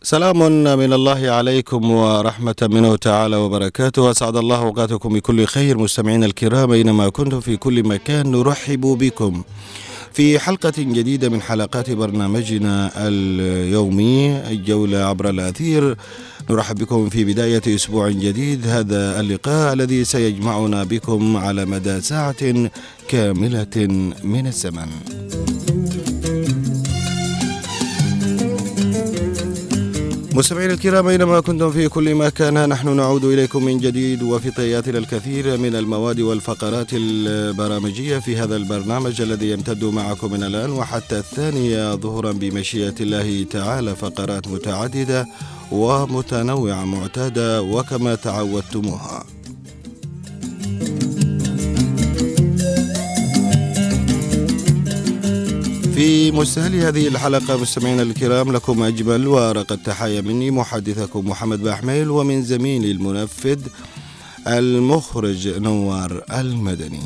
سلام من الله عليكم ورحمة منه تعالى وبركاته. أسعد الله أوقاتكم بكل خير مستمعينا الكرام أينما كنتم في كل مكان. نرحب بكم في حلقة جديدة من حلقات برنامجنا اليومي الجولة عبر الأثير. نرحب بكم في بداية أسبوع جديد. هذا اللقاء الذي سيجمعنا بكم على مدى ساعة كاملة من الزمن. مستمعينا الكرام أينما كنتم في كل مكان، نحن نعود إليكم من جديد وفي طياتنا الكثير من المواد والفقرات البرامجية في هذا البرنامج الذي يمتد معكم من الآن وحتى 2 ظهرا بمشيئة الله تعالى. فقرات متعددة ومتنوعة معتادة وكما تعودتموها. في مستهل هذه الحلقة مستمعينا الكرام لكم أجمل وأرق التحايا مني محدثكم محمد بحميل، ومن زميلي المنفذ المخرج نوار المدني.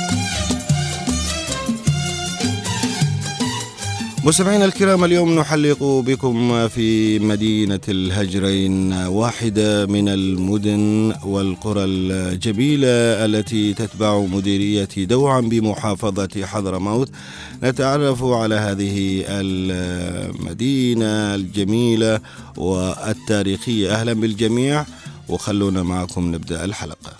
مستمعينا الكرام، اليوم نحلق بكم في مدينة الهجرين، واحدة من المدن والقرى الجميلة التي تتبع مديرية دوعا بمحافظة حضرموت. نتعرف على هذه المدينة الجميلة والتاريخية. أهلا بالجميع وخلونا معكم نبدأ الحلقة.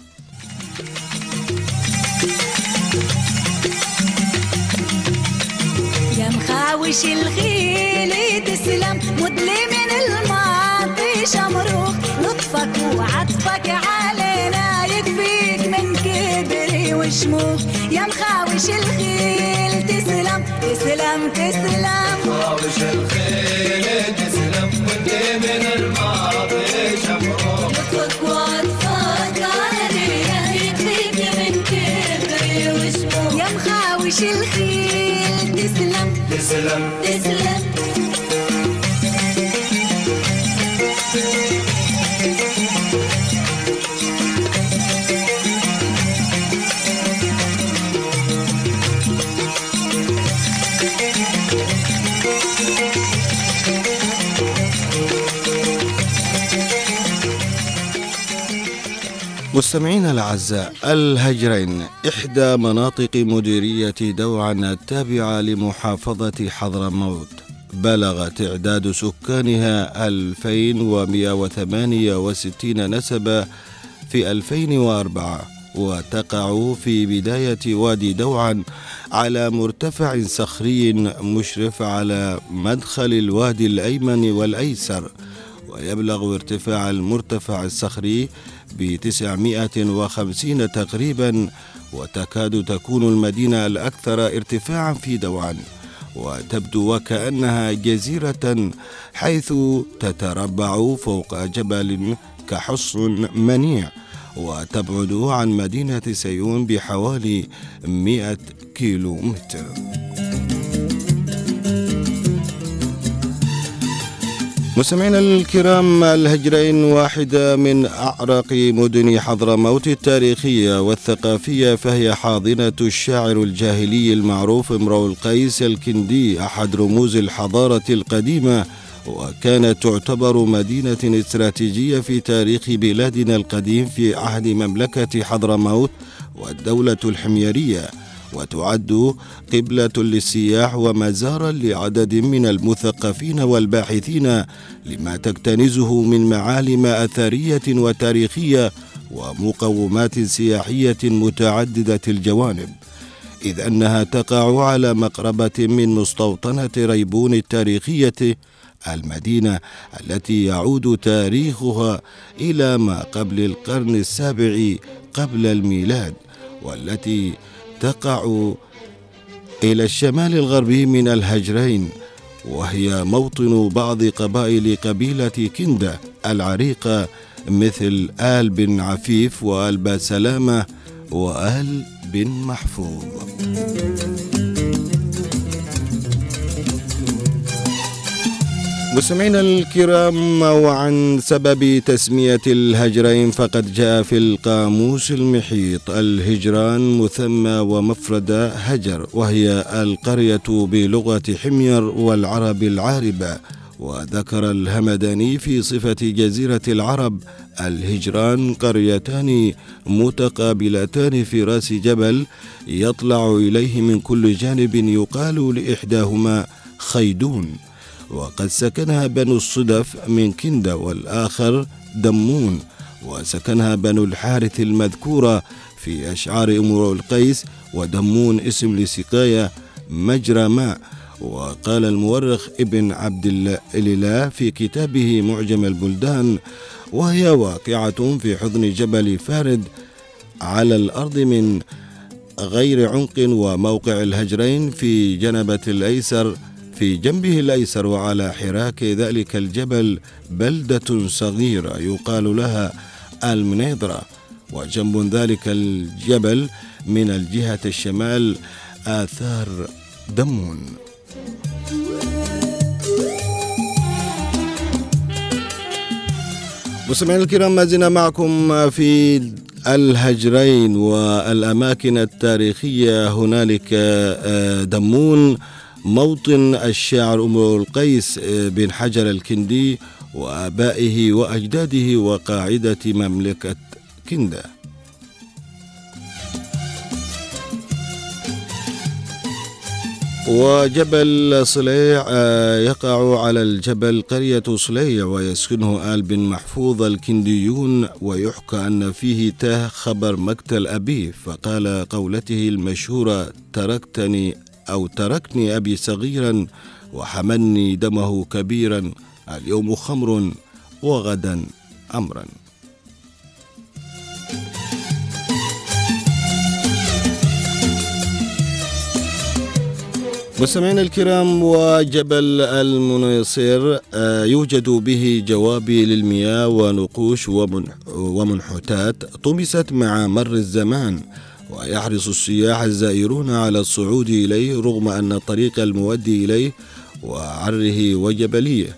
يا مخاوش الخيل تسلم مدلي من الماضي شمروخ، لطفك وعطفك علينا يكفيك من كبري وشموخ. يا مخاوش الخيل تسلم تسلم تسلم، مخاوش الخيل تسلم مدلي من الماضي شمروخ، لطفك وعطفك علينا يكفيك من كبري وشموخ. يا مخاوش الخيل تسلم تسلم تسلم. مستمعينا الأعزاء، الهجرين إحدى مناطق مديرية دوعا التابعة لمحافظة حضرموت. بلغ تعداد سكانها 2168 نسبة في 2004، وتقع في بداية وادي دوعا على مرتفع صخري مشرف على مدخل الوادي الأيمن والأيسر، ويبلغ ارتفاع المرتفع الصخري ب950 تقريبا، وتكاد تكون المدينة الأكثر ارتفاعا في دوعا، وتبدو وكأنها جزيرة حيث تتربع فوق جبل كحصن منيع، وتبعد عن مدينة سيون بحوالي 100 كيلو متر. مستمعينا الكرام، الهجرين واحدة من أعرق مدن حضرموت التاريخية والثقافية، فهي حاضنة الشاعر الجاهلي المعروف امرؤ القيس الكندي، أحد رموز الحضارة القديمة، وكانت تعتبر مدينة استراتيجية في تاريخ بلادنا القديم في عهد مملكة حضرموت والدولة الحميرية، وتعد قبلة للسياح ومزارا لعدد من المثقفين والباحثين لما تكتنزه من معالم أثرية وتاريخية ومقومات سياحية متعددة الجوانب، إذ أنها تقع على مقربة من مستوطنة ريبون التاريخية، المدينة التي يعود تاريخها إلى ما قبل القرن السابع قبل الميلاد، والتي تقع إلى الشمال الغربي من الهجرين، وهي موطن بعض قبائل قبيلة كندة العريقة مثل آل بن عفيف وآل باسلامة وآل بن محفوظ. مستمعينا الكرام، وعن سبب تسمية الهجرين فقد جاء في القاموس المحيط الهجران مثنى ومفرد هجر، وهي القرية بلغة حمير والعرب العاربة، وذكر الهمداني في صفة جزيرة العرب: الهجران قريتان متقابلتان في راس جبل يطلع إليه من كل جانب يقال لإحداهما خيدون، وقد سكنها بنو الصدف من كندة، والآخر دمون، وسكنها بنو الحارث المذكورة في أشعار امرؤ القيس، ودمون اسم لسقاية مجرى ماء. وقال المؤرخ ابن عبد الإله في كتابه معجم البلدان: وهي واقعة في حضن جبل فارد على الأرض من غير عمق، وموقع الهجرين في جنبة الأيسر في جنبه الأيسر، وعلى حراك ذلك الجبل بلدة صغيرة يقال لها المنيضرة، وجنب ذلك الجبل من الجهة الشمال آثار دمون. مستمعينا الكرام، ما زلنا معكم في الهجرين والأماكن التاريخية. هنالك دمون موطن الشاعر امرؤ القيس بن حجر الكندي وآبائه وأجداده وقاعدة مملكة كندة. وجبل صليع يقع على الجبل قرية صليع، ويسكنه آل بن محفوظ الكنديون، ويحكى أن فيه تاه خبر مقتل أبيه، فقال قولته المشهورة: تركني أبي صغيرا وحملني دمه كبيرا، اليوم خمر وغدا أمرا. مستمعينا الكرام، وجبل المنيصير يوجد به جوابي للمياه ونقوش ومنحوتات طمست مع مر الزمان، ويحرص السياح الزائرون على الصعود إليه رغم أن الطريق المؤدي إليه وعره وجبليه.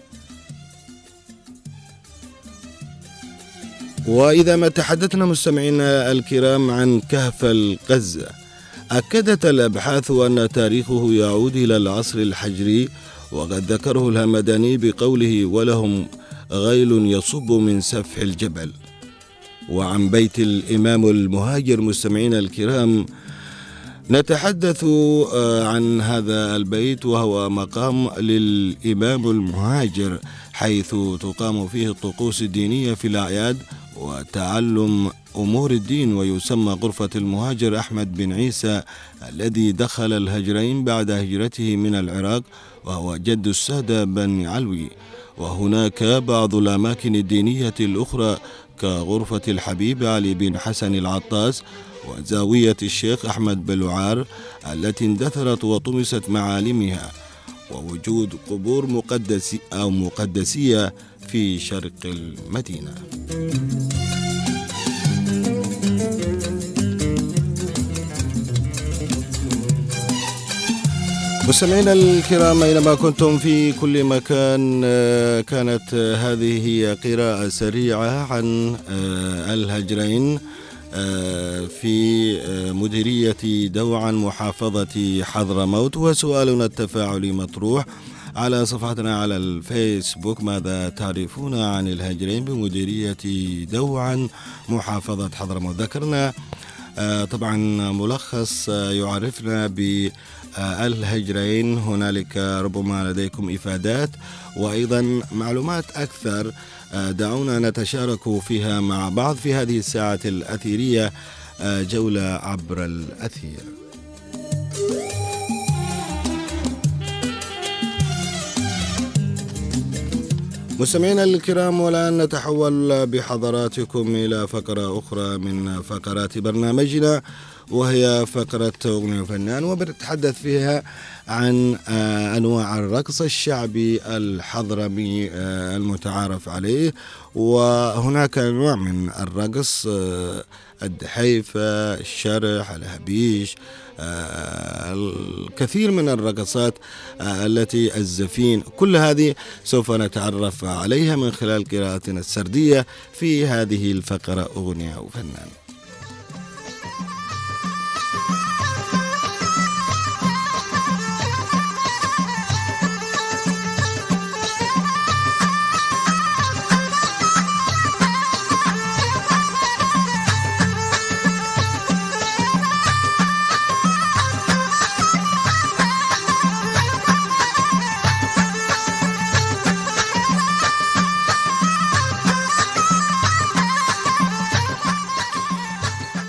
وإذا ما تحدثنا مستمعينا الكرام عن كهف القزة، أكدت الأبحاث أن تاريخه يعود إلى العصر الحجري، وقد ذكره الهمداني بقوله: ولهم غيل يصب من سفح الجبل. وعن بيت الإمام المهاجر مستمعينا الكرام نتحدث عن هذا البيت، وهو مقام للإمام المهاجر، حيث تقام فيه الطقوس الدينية في الأعياد وتعلم أمور الدين، ويسمى غرفة المهاجر أحمد بن عيسى الذي دخل الهجرين بعد هجرته من العراق، وهو جد السادة بن علوي. وهناك بعض الأماكن الدينية الأخرى كغرفة الحبيب علي بن حسن العطاس، وزاوية الشيخ أحمد بلوعار التي اندثرت وطمست معالمها، ووجود قبور مقدسية في شرق المدينة. مستمعينا الكرام أينما كنتم في كل مكان، كانت هذه هي قراءة سريعة عن الهجرين في مديرية دوعا محافظة حضرموت. وسؤالنا التفاعلي مطروح على صفحتنا على الفيسبوك: ماذا تعرفون عن الهجرين بمديرية دوعا محافظة حضرموت؟ ذكرنا طبعا ملخص يعرفنا بالهجرين. هنالك ربما لديكم إفادات وأيضا معلومات أكثر، دعونا نتشارك فيها مع بعض في هذه الساعة الأثيرية، جولة عبر الأثير. مستمعينا الكرام، والآن نتحول بحضراتكم إلى فقرة أخرى من فقرات برنامجنا، وهي فقرة أغنية فنان، وبنتحدث فيها عن أنواع الرقص الشعبي الحضرمي المتعارف عليه. وهناك أنواع من الرقص: الدحيفة، الشرح، الهبيش، الكثير من الرقصات التي الزفين، كل هذه سوف نتعرف عليها من خلال قراءتنا السردية في هذه الفقرة أغنية وفنان.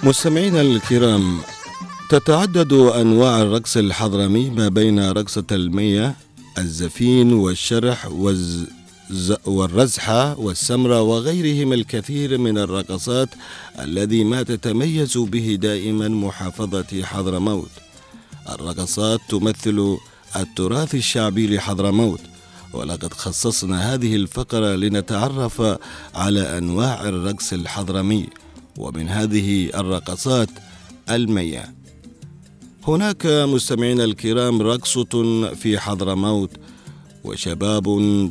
مستمعينا الكرام، تتعدد أنواع الرقص الحضرمي ما بين رقصة المية، الزفين والشرح والرزحة والسمرة وغيرهم الكثير من الرقصات الذي ما تتميز به دائما محافظة حضرموت. الرقصات تمثل التراث الشعبي لحضرموت، ولقد خصصنا هذه الفقرة لنتعرف على أنواع الرقص الحضرمي، ومن هذه الرقصات المية. هناك مستمعينا الكرام رقصة في حضرموت وشباب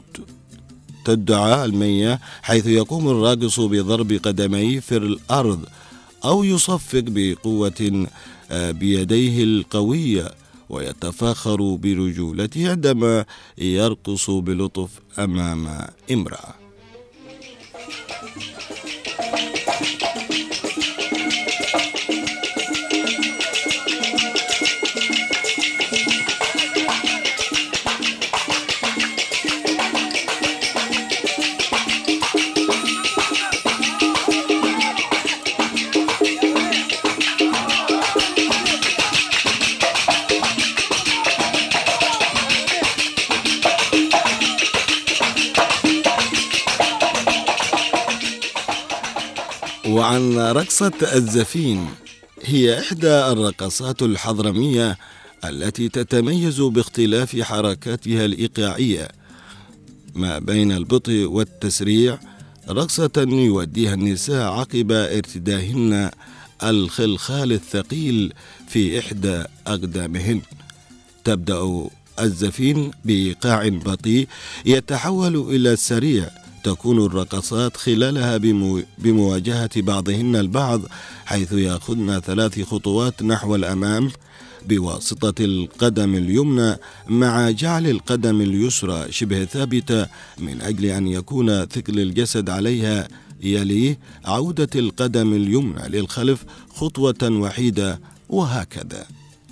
تدعى المية، حيث يقوم الراقص بضرب قدميه في الأرض أو يصفق بقوة بيديه القوية، ويتفاخر برجولته عندما يرقص بلطف أمام امرأة. وعن رقصة الزفين، هي إحدى الرقصات الحضرمية التي تتميز باختلاف حركاتها الإيقاعية ما بين البطء والتسريع، رقصة يوديها النساء عقب ارتداهن الخلخال الثقيل في إحدى أقدامهن. تبدأ الزفين بإيقاع بطيء يتحول إلى السريع، تكون الرقصات خلالها بمواجهة بعضهن البعض، حيث يأخذن 3 خطوات نحو الأمام بواسطة القدم اليمنى، مع جعل القدم اليسرى شبه ثابتة من أجل أن يكون ثقل الجسد عليها، يليه عودة القدم اليمنى للخلف خطوة وحيدة، وهكذا.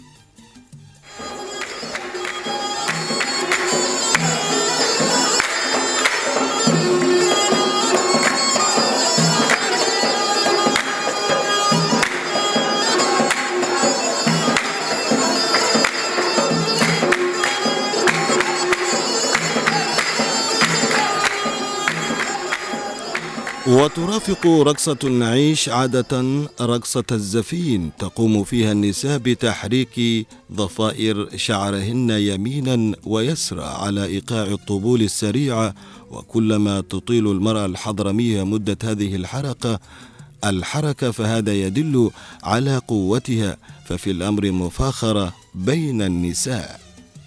وترافق رقصة النعيش عادة رقصة الزفين، تقوم فيها النساء بتحريك ضفائر شعرهن يمينا ويسرى على إيقاع الطبول السريعة، وكلما تطيل المرأة الحضرمية مدة هذه الحركة فهذا يدل على قوتها، ففي الأمر مفاخرة بين النساء.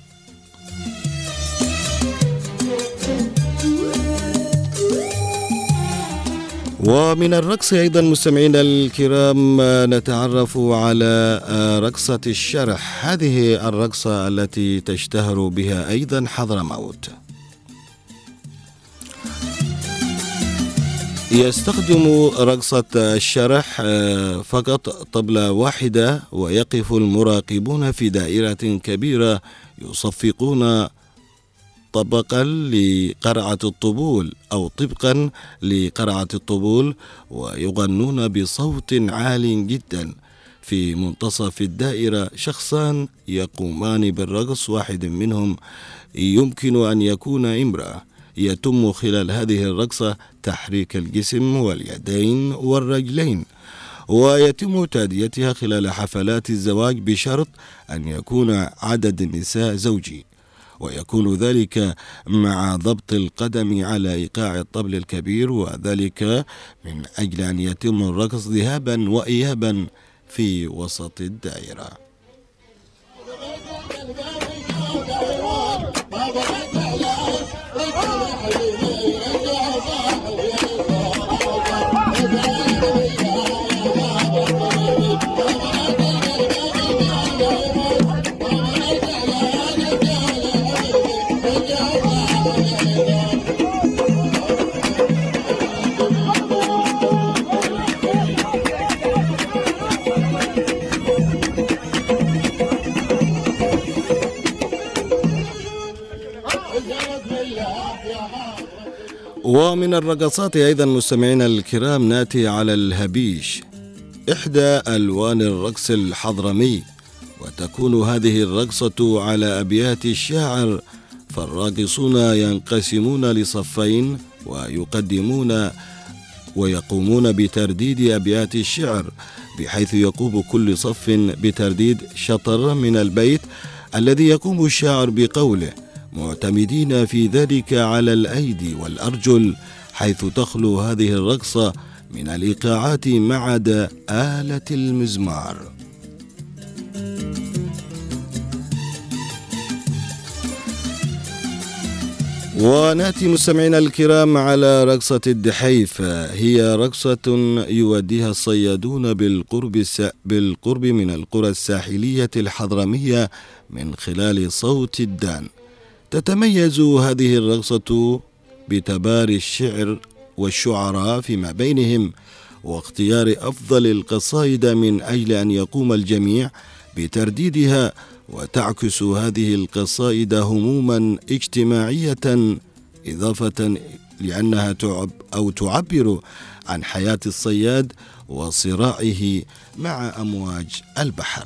ومن الرقص أيضا مستمعينا الكرام نتعرف على رقصة الشرح، هذه الرقصة التي تشتهر بها أيضا حضرموت. يستخدم رقصة الشرح فقط طبلة واحدة، ويقف المراقبون في دائرة كبيرة يصفقون طبقا لقرعة الطبول أو طبقا لقرعة الطبول، ويغنون بصوت عال جدا. في منتصف الدائرة شخصان يقومان بالرقص، واحد منهم يمكن أن يكون امرأة. يتم خلال هذه الرقصة تحريك الجسم واليدين والرجلين، ويتم تأديتها خلال حفلات الزواج بشرط أن يكون عدد النساء زوجي، ويكون ذلك مع ضبط القدم على إيقاع الطبل الكبير، وذلك من أجل أن يتم الرقص ذهابا وإيابا في وسط الدائرة. ومن الرقصات أيضا مستمعينا الكرام ناتي على الهبيش. إحدى ألوان الرقص الحضرمي، وتكون هذه الرقصة على أبيات الشاعر، فالراقصون ينقسمون لصفين ويقومون بترديد أبيات الشعر، بحيث يقوم كل صف بترديد شطر من البيت الذي يقوم الشاعر بقوله، معتمدين في ذلك على الأيدي والأرجل، حيث تخلو هذه الرقصة من الإيقاعات ما عدا آلة المزمار. ونأتي مستمعينا الكرام على رقصة الدحيف. هي رقصة يوديها الصيادون بالقرب من القرى الساحلية الحضرمية من خلال صوت الدان. تتميز هذه الرقصة بتباري الشعر والشعراء فيما بينهم، واختيار أفضل القصائد من أجل أن يقوم الجميع بترديدها، وتعكس هذه القصائد هموما اجتماعية، إضافة لأنها تعبر عن حياة الصياد وصراعه مع أمواج البحر.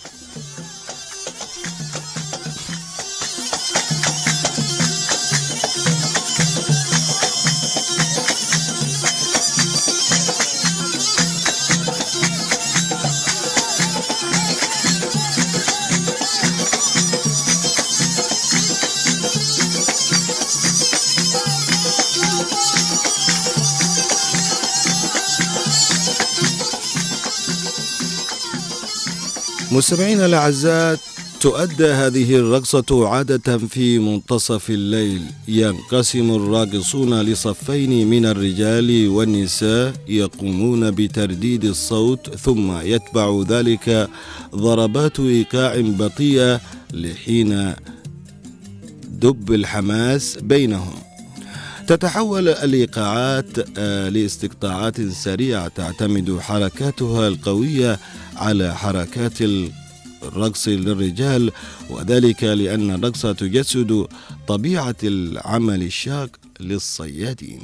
مستمعينا الأعزاء، تؤدى هذه الرقصة عادة في منتصف الليل. ينقسم الراقصون لصفين من الرجال والنساء يقومون بترديد الصوت، ثم يتبع ذلك ضربات إيقاع بطيئة لحين دب الحماس بينهم. تتحول الإيقاعات لاستقطاعات سريعة تعتمد حركاتها القوية على حركات الرقص للرجال، وذلك لأن الرقص تجسد طبيعة العمل الشاق للصيادين.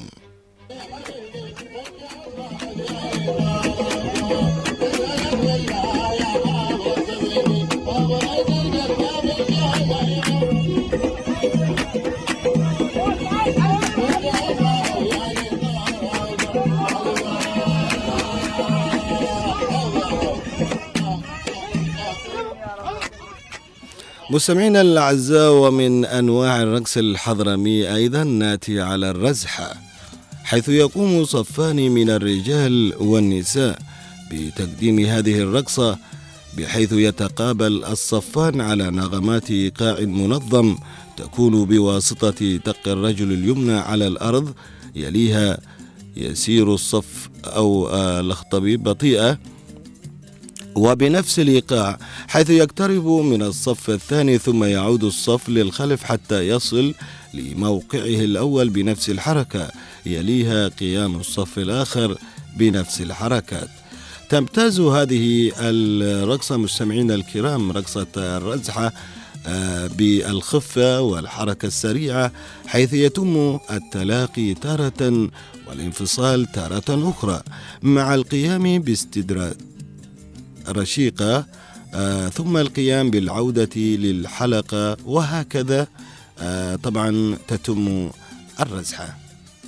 مستمعينا الأعزاء، ومن أنواع الرقص الحضرمي أيضا ناتي على الرزحة، حيث يقوم صفان من الرجال والنساء بتقديم هذه الرقصة، بحيث يتقابل الصفان على نغمات إيقاع منظم تكون بواسطة دق الرجل اليمنى على الأرض، يليها يسير الصف أو الأخطبيب بطيئة وبنفس الإيقاع، حيث يقترب من الصف الثاني ثم يعود الصف للخلف حتى يصل لموقعه الأول بنفس الحركة، يليها قيام الصف الآخر بنفس الحركات. تمتاز هذه الرقصة مستمعين الكرام، رقصة الرزحة، بالخفة والحركة السريعة، حيث يتم التلاقي تارة والانفصال تارة أخرى، مع القيام باستدراج رشيقة، ثم القيام بالعودة للحلقة، وهكذا طبعا تتم الرزحة.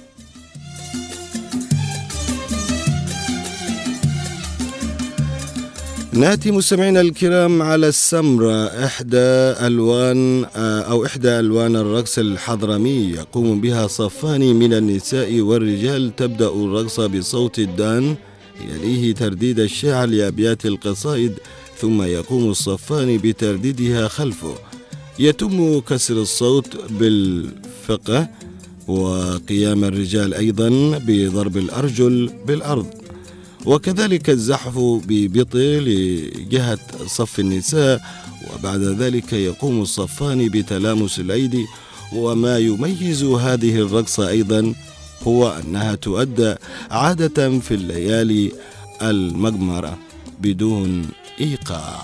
نأتي مستمعينا الكرام على السمرة، إحدى ألوان الرقص الحضرمي، يقوم بها صفان من النساء والرجال. تبدأ الرقصة بصوت الدان، يليه ترديد الشاعر لأبيات القصائد، ثم يقوم الصفان بترديدها خلفه. يتم كسر الصوت بالفقه، وقيام الرجال أيضا بضرب الأرجل بالأرض، وكذلك الزحف ببطء لجهة صف النساء، وبعد ذلك يقوم الصفان بتلامس الأيدي. وما يميز هذه الرقصة أيضا هو أنها تؤدى عادة في الليالي المغمرة بدون إيقاع.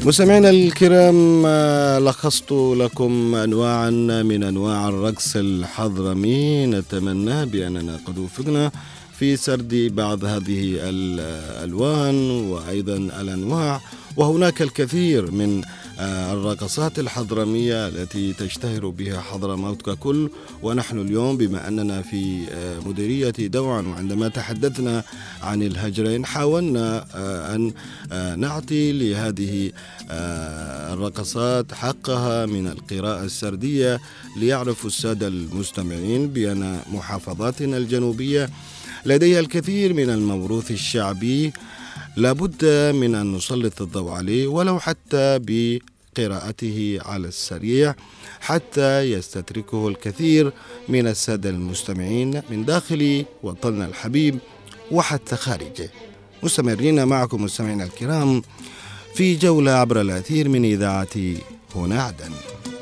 مستمعينا الكرام، لخصت لكم أنواعا من أنواع الرقص الحضرمي. نتمنى بأننا قد وفقنا في سرد بعض هذه الألوان وأيضا الأنواع، وهناك الكثير من الرقصات الحضرمية التي تشتهر بها حضرموت ككل. ونحن اليوم بما أننا في مديرية دوعا، وعندما تحدثنا عن الهجرين حاولنا أن نعطي لهذه الرقصات حقها من القراءة السردية، ليعرفوا السادة المستمعين بأن محافظاتنا الجنوبية لديها الكثير من الموروث الشعبي لابد من أن نسلط الضوء عليه، ولو حتى بقراءته على السريع، حتى يستدركه الكثير من السادة المستمعين من داخل وطننا الحبيب وحتى خارجه. مستمرين معكم مستمعينا الكرام في جولة عبر الأثير من إذاعة هنا عدن.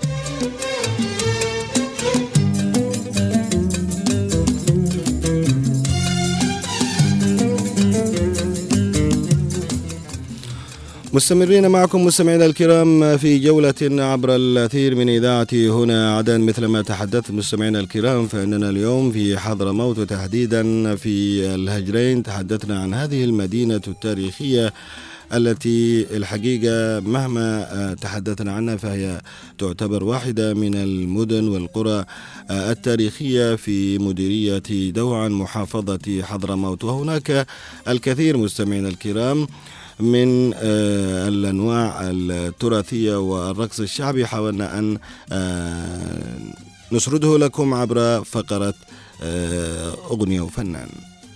مستمرين معكم مستمعينا الكرام في جولة عبر الأثير من إذاعة هنا عدن. مثلما تحدثت مستمعينا الكرام، فإننا اليوم في حضرموت وتحديدا في الهجرين تحدثنا عن هذه المدينة التاريخية التي الحقيقة مهما تحدثنا عنها فهي تعتبر واحدة من المدن والقرى التاريخية في مديرية دوعا محافظة حضرموت. وهناك الكثير مستمعينا الكرام من الأنواع التراثية والرقص الشعبي حاولنا أن نسرده لكم عبر فقرة أغنية وفنان.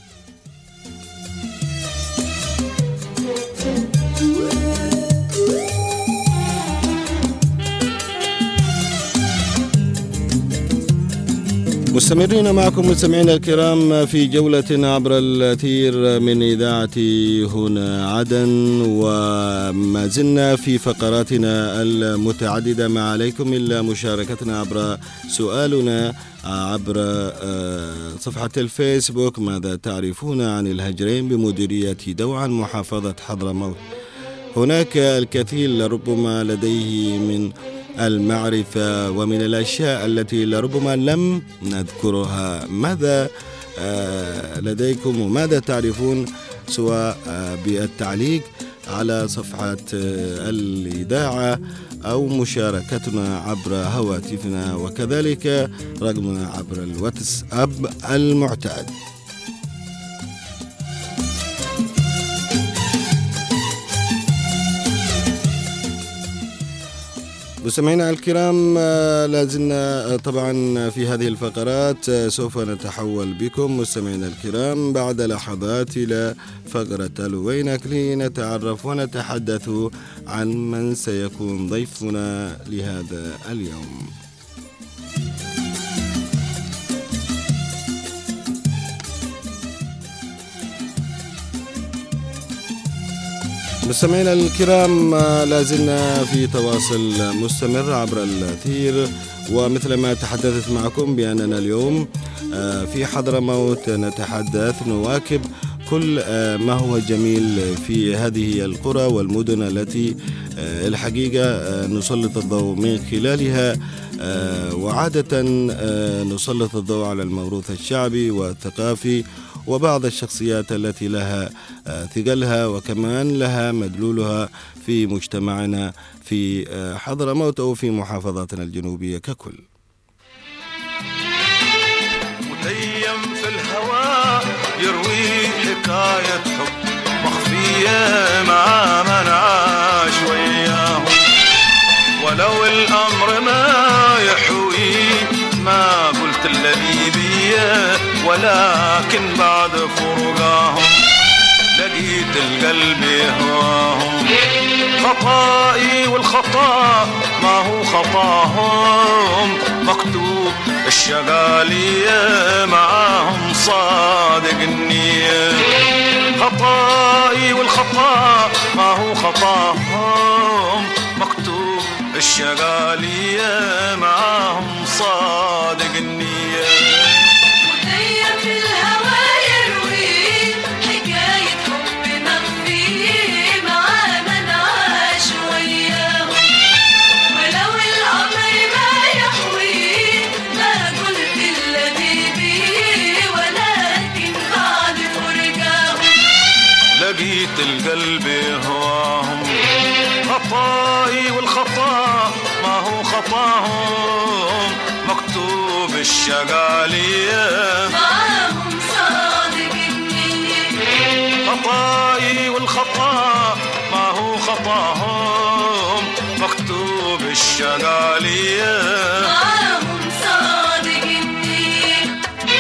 مستمرين معكم مستمعينا الكرام في جولة عبر الأثير من إذاعة هنا عدن، وما زلنا في فقراتنا المتعددة. ما عليكم إلا مشاركتنا عبر سؤالنا عبر صفحة الفيسبوك: ماذا تعرفون عن الهجرين بمديرية دوعا محافظة حضرموت؟ هناك الكثير لربما لديه من المعرفة ومن الأشياء التي لربما لم نذكرها. ماذا لديكم وماذا تعرفون؟ سواء بالتعليق على صفحة الإذاعة أو مشاركتنا عبر هواتفنا، وكذلك رقمنا عبر الواتساب المعتاد. مستمعينا الكرام، لازلنا طبعا في هذه الفقرات. سوف نتحول بكم مستمعينا الكرام بعد لحظات إلى فقرة الوينك لنتعرف ونتحدث عن من سيكون ضيفنا لهذا اليوم. مستمعينا الكرام، لازلنا في تواصل مستمر عبر الأثير، ومثل ما تحدثت معكم بأننا اليوم في حضرموت نتحدث نواكب كل ما هو جميل في هذه القرى والمدن التي الحقيقة نسلط الضوء من خلالها، وعادة نسلط الضوء على الموروث الشعبي والثقافي وبعض الشخصيات التي لها ثقلها وكمان لها مدلولها في مجتمعنا في حضرموت أو في محافظاتنا الجنوبية ككل. متيم في الهواء يروي حكاية حب مخفية مع من عاش وياهم، ولو الأمر ما يحوي ما قلت الذي بيه، ولكن بعد فرقاهم لقيت القلب يهواهم. خطائي والخطا ما هو خطاهم، مكتوب الشقالية معاهم صادق النية. خطائي والخطا ما هو خطاهم، مكتوب الشقالية معاهم صادق النية. في الهوى يروي حكاية حب مخفية مع من عاش وياه. خطاي والخطا ما هو خطاهم مكتوب الشقالية معاهم صادق النية خطاي والخطا ما هو خطاهم مكتوب الشقالية معاهم صادق النية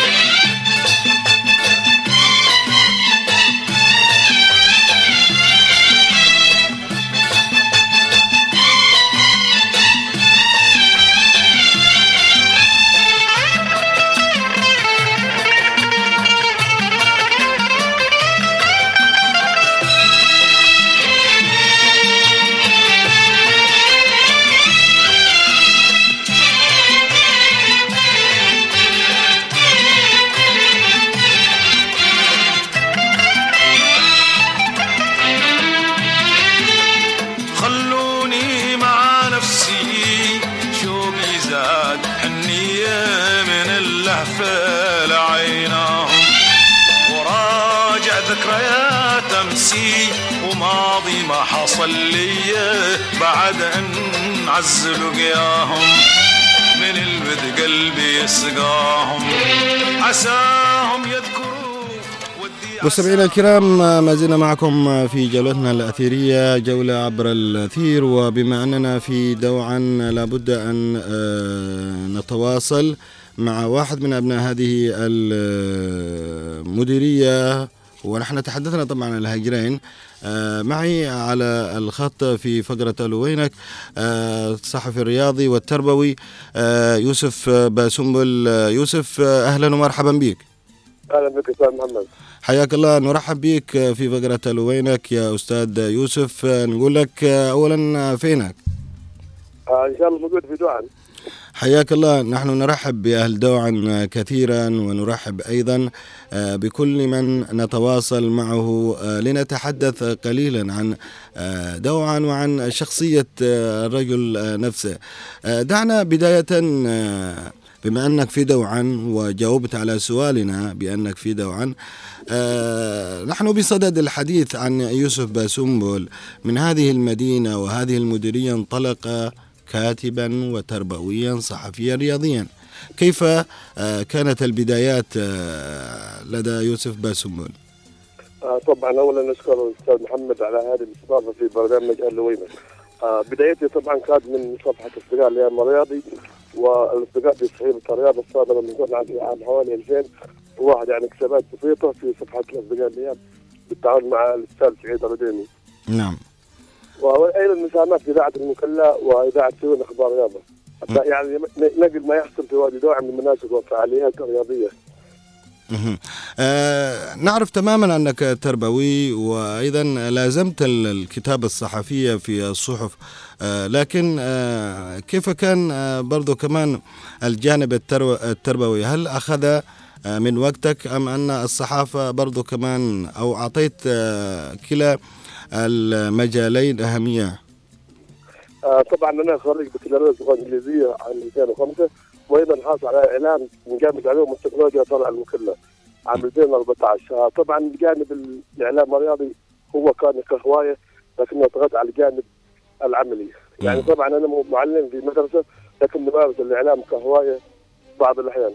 خلوني مع نفسي شوقي زاد حنية من اللهفة لعيناهم وراجع ذكريات أمسي وماضي ما حصل لي بعد أن عزلوا قياهم من البد قلبي يسقاهم عساهم يذكروا مستمعينا الكرام، ما زلنا معكم في جولتنا الأثيرية، جولة عبر الأثير. وبما أننا في دوعا لابد أن نتواصل مع واحد من أبناء هذه المديرية، ونحن تحدثنا طبعا عن الهجرين. معي على الخط في فقرة الوينك الصحفي الرياضي والتربوي يوسف باسنبل. يوسف، أهلا ومرحبا بك. اهلا بك استاذ محمد. حياك الله، نرحب بك في فقرة الوينك يا أستاذ يوسف. نقول لك أولا فينك؟ ان شاء الله موجود في دوعا. حياك الله. نحن نرحب بأهل دوعا كثيرا، ونرحب أيضا بكل من نتواصل معه لنتحدث قليلا عن دوعا وعن شخصية الرجل نفسه. دعنا بداية، بما أنك في دوعا وجاوبت على سؤالنا بأنك في دوعا، نحن بصدد الحديث عن يوسف باسنبل. من هذه المدينة وهذه المديرية انطلق كاتبا وتربويا صحفيا رياضيا. كيف كانت البدايات لدى يوسف باسنبل؟ طبعا اولا نشكر الاستاذ محمد على هذه الاستضافه في برنامج اهل وينك. بدايتي طبعا كانت من صفحه اصدقاء اليوم الرياضي، والاصدقاء في صحيفه الرياض الصادره من قبل في عام حوالي 2001، يعني كسبات بسيطه في صفحه الاصدقاء اليوم بالتعاون مع الاستاذ سعيد الرديني. نعم. وايضا مساهمات في اذاعه المكلا واذاعه سيون اخبار رياضه، حتى يعني نقل ما يحصل في وادي دوعا من مناسب وفعاليات رياضيه. نعرف تماما أنك تربوي، وأيضا لازمت الكتابة الصحفية في الصحف، لكن كيف كان برضو كمان الجانب التربوي؟ هل أخذ من وقتك أم أن الصحافة برضو كمان، أو أعطيت كلا المجالين أهمية؟ طبعا أنا خريج بكالوريوس اللغة الإنجليزية عام 2005، وأيضا حاصل على إعلام من جامعة علوم والتكنولوجيا طالع المكلا عام 2014. طبعا جانب الإعلام الرياضي هو كان كهواية، لكنه طغت على الجانب العملي. يعني طبعا أنا معلم في مدرسة، لكن ممارس الإعلام كهواية بعض الأحيان.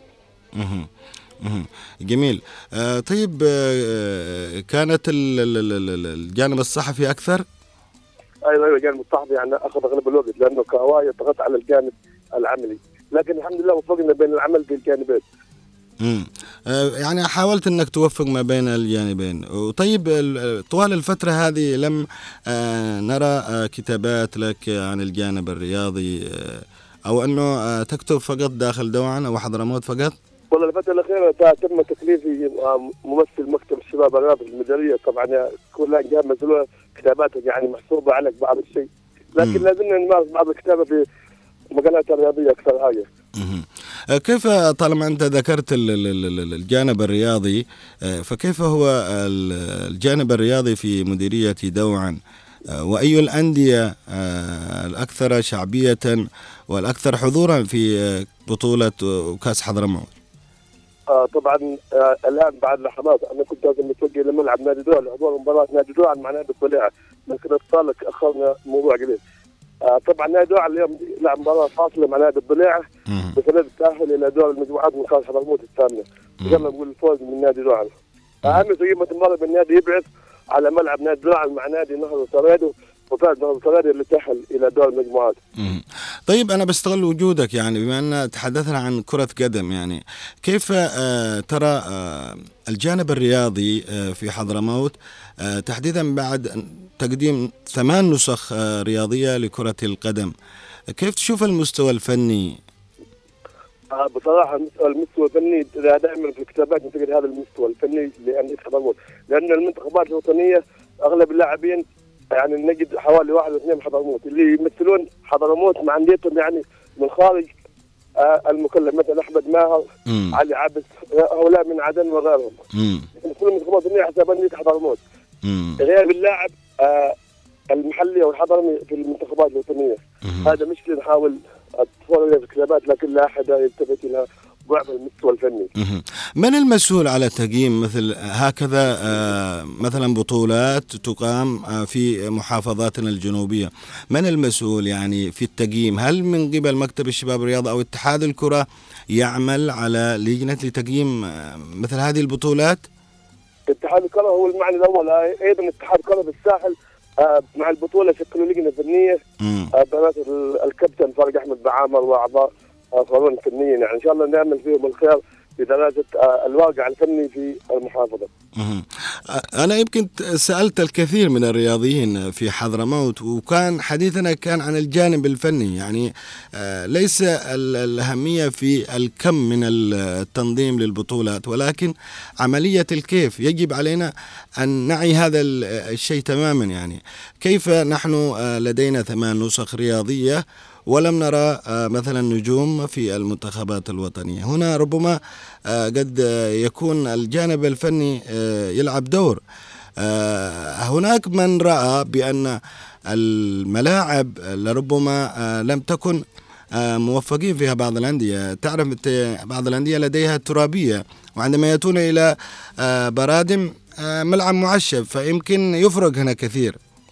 جميل. طيب، كانت الجانب الصحفي أكثر؟ ايوه الجانب الصحفي يعني اخذ اغلب الوقت، لانه كهوايه ضغط على الجانب العملي، لكن الحمد لله وفقنا بين العمل في الجانبين. يعني حاولت انك توفق ما بين الجانبين. وطيب، طوال الفتره هذه لم نرى كتابات لك عن الجانب الرياضي، او انه تكتب فقط داخل دوعا او حضرموت فقط؟ والله الفتره الاخيره تم تكليفي ممثل مكتب الشباب الرياضي في المديريه. طبعا كلها جهه مسؤوله كتاباتك يعني محسوبه عليك بعض الشيء، لكن لازمنا نمارس بعض الكتابه في المجالات الرياضيه اكثر حاجه. كيف، طالما انت ذكرت الجانب الرياضي، فكيف هو الجانب الرياضي في مديريه دوعا؟ واي الانديه الاكثر شعبيه والاكثر حضورا في بطوله كاس حضرموت؟ طبعا الان بعد لحظات انا كنت لازم اتوجه لملعب نادي دوعا لحضور مباراه نادي دوعا مع نادي الطليعه، لكن اتصالك اخرنا موضوع قليل. طبعا نادي دواعا اليوم لعب مباراه فاصله مع نادي الضليعه بسبب التاهل الى دور المجموعات من خارج حضرموت الثامنه. قبل نقول الفوز من نادي دواعا. اهم قيمه المباراه بالنادي يبعث على ملعب نادي دواعا مع نادي نهضه صريدو، وفاز نهضه صريدو اللي تاهل الى دور المجموعات. طيب أنا بستغل وجودك يعني بما أن تحدثنا عن كرة قدم، يعني كيف ترى الجانب الرياضي في حضرموت تحديدا بعد تقديم 8 نسخ رياضية لكرة القدم؟ كيف تشوف المستوى الفني؟ بصراحه المستوى الفني دائما في الكتابات ننتقد هذا المستوى الفني لانديه حضرموت، لان المنتخبات الوطنيه اغلب اللاعبين يعني نجد حوالي 1 أو 2 حضرموت اللي يمثلون حضرموت مع انديتهم يعني من خارج المكلف، مثل احمد ماهر، علي عبس، هؤلاء من عدن وغيرهم. كل المنتخبات الوطنيه حسب انديه حضرموت. غياب اللاعب المحلي او الحضرمي في المنتخبات الوطنيه، هذا مشكله نحاول تتفرج في الكتابات لكن لا احد يلتفت الى ضعف المستوى الفني. من المسؤول على تقييم مثل هكذا مثلا بطولات تقام في محافظاتنا الجنوبية؟ من المسؤول يعني في التقييم؟ هل من قبل مكتب الشباب الرياضة أو اتحاد الكرة يعمل على لجنة لتقييم مثل هذه البطولات؟ اتحاد الكرة هو المعني الأول. أيضا اتحاد الكرة بالساحل مع البطولة شكلوا لجنة فنية برئاسة الكابتن فارق أحمد بعامر وأعضاء قانون فنيين، يعني إن شاء الله نعمل فيهم الخير بدراسة الواقع الفني في المحافظة. أنا يمكن سألت الكثير من الرياضيين في حضرموت وكان حديثنا كان عن الجانب الفني، يعني ليس الأهمية في الكم من التنظيم للبطولات ولكن عملية الكيف. يجب علينا أن نعي هذا الشيء تماما، يعني كيف نحن لدينا 8 نسخ رياضية ولم نرى مثلا نجوم في المنتخبات الوطنية. هنا ربما قد يكون الجانب الفني يلعب دور. هناك من رأى بأن الملاعب لربما لم تكن موفقين فيها بعض الأندية. تعرف بعض الأندية لديها ترابية، وعندما يأتون إلى برادم ملعب معشب، فيمكن يفرق هنا كثير.